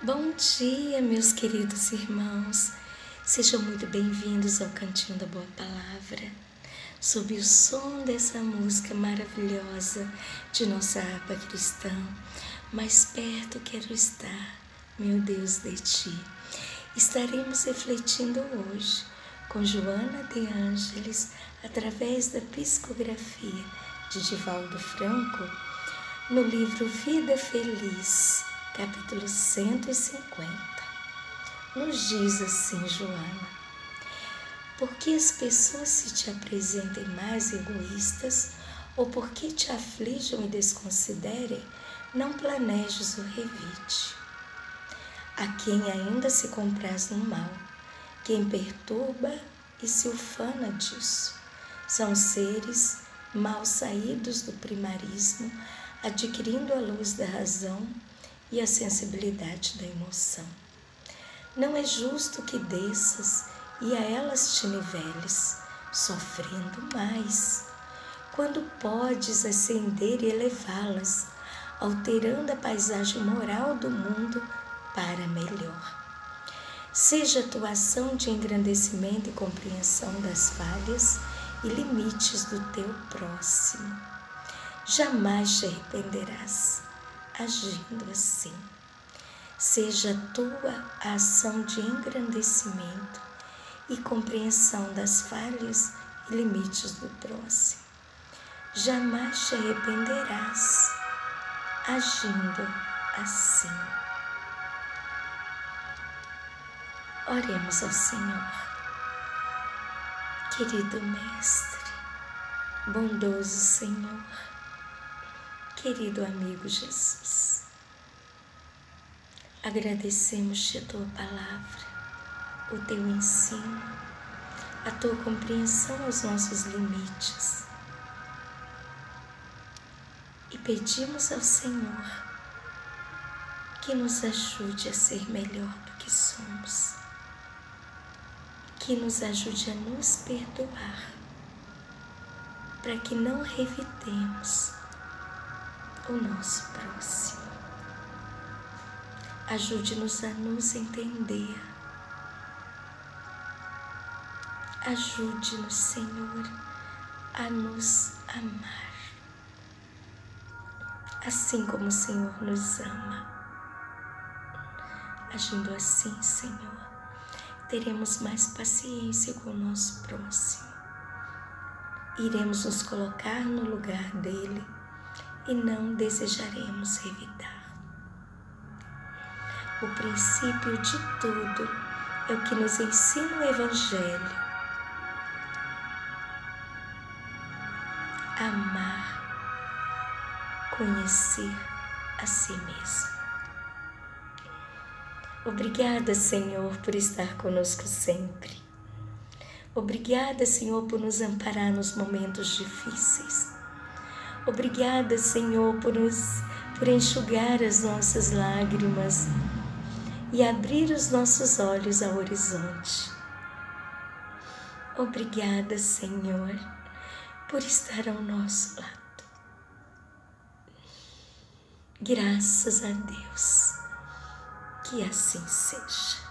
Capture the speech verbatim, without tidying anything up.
Bom dia, meus queridos irmãos. Sejam muito bem-vindos ao Cantinho da Boa Palavra, sob o som dessa música maravilhosa de nossa harpa cristã. Mais perto quero estar, meu Deus, de Ti. Estaremos refletindo hoje com Joana de Ângeles, através da psicografia de Divaldo Franco, no livro Vida Feliz, capítulo cento e cinquenta. Nos diz assim Joana: por que as pessoas se te apresentem mais egoístas, ou por que te aflijam e desconsiderem, não planejes o revide. Há quem ainda se compraz no mal, quem perturba e se ufana disso. São seres mal saídos do primarismo, adquirindo a luz da razão e a sensibilidade da emoção. Não é justo que desças e a elas te niveles, sofrendo mais, quando podes ascender e elevá-las, alterando a paisagem moral do mundo para melhor. Seja a tua ação de engrandecimento e compreensão das falhas e limites do teu próximo. Jamais te arrependerás agindo assim. Seja a tua a ação de engrandecimento e compreensão das falhas e limites do próximo. Jamais te arrependerás agindo assim. Oremos ao Senhor. Querido Mestre, bondoso Senhor, querido amigo Jesus, agradecemos-te a tua palavra, o teu ensino, a tua compreensão aos nossos limites, e pedimos ao Senhor que nos ajude a ser melhor do que somos, que nos ajude a nos perdoar, para que não revidemos o nosso próximo. Ajude-nos a nos entender. Ajude-nos, Senhor, a nos amar, assim como o Senhor nos ama. Agindo assim, Senhor, teremos mais paciência com o nosso próximo. Iremos nos colocar no lugar dele e não desejaremos revidar. O princípio de tudo é o que nos ensina o Evangelho: amar, conhecer a si mesmo. Obrigada, Senhor, por estar conosco sempre. Obrigada, Senhor, por nos amparar nos momentos difíceis. Obrigada, Senhor, por, nos, por enxugar as nossas lágrimas e abrir os nossos olhos ao horizonte. Obrigada, Senhor, por estar ao nosso lado. Graças a Deus, que assim seja.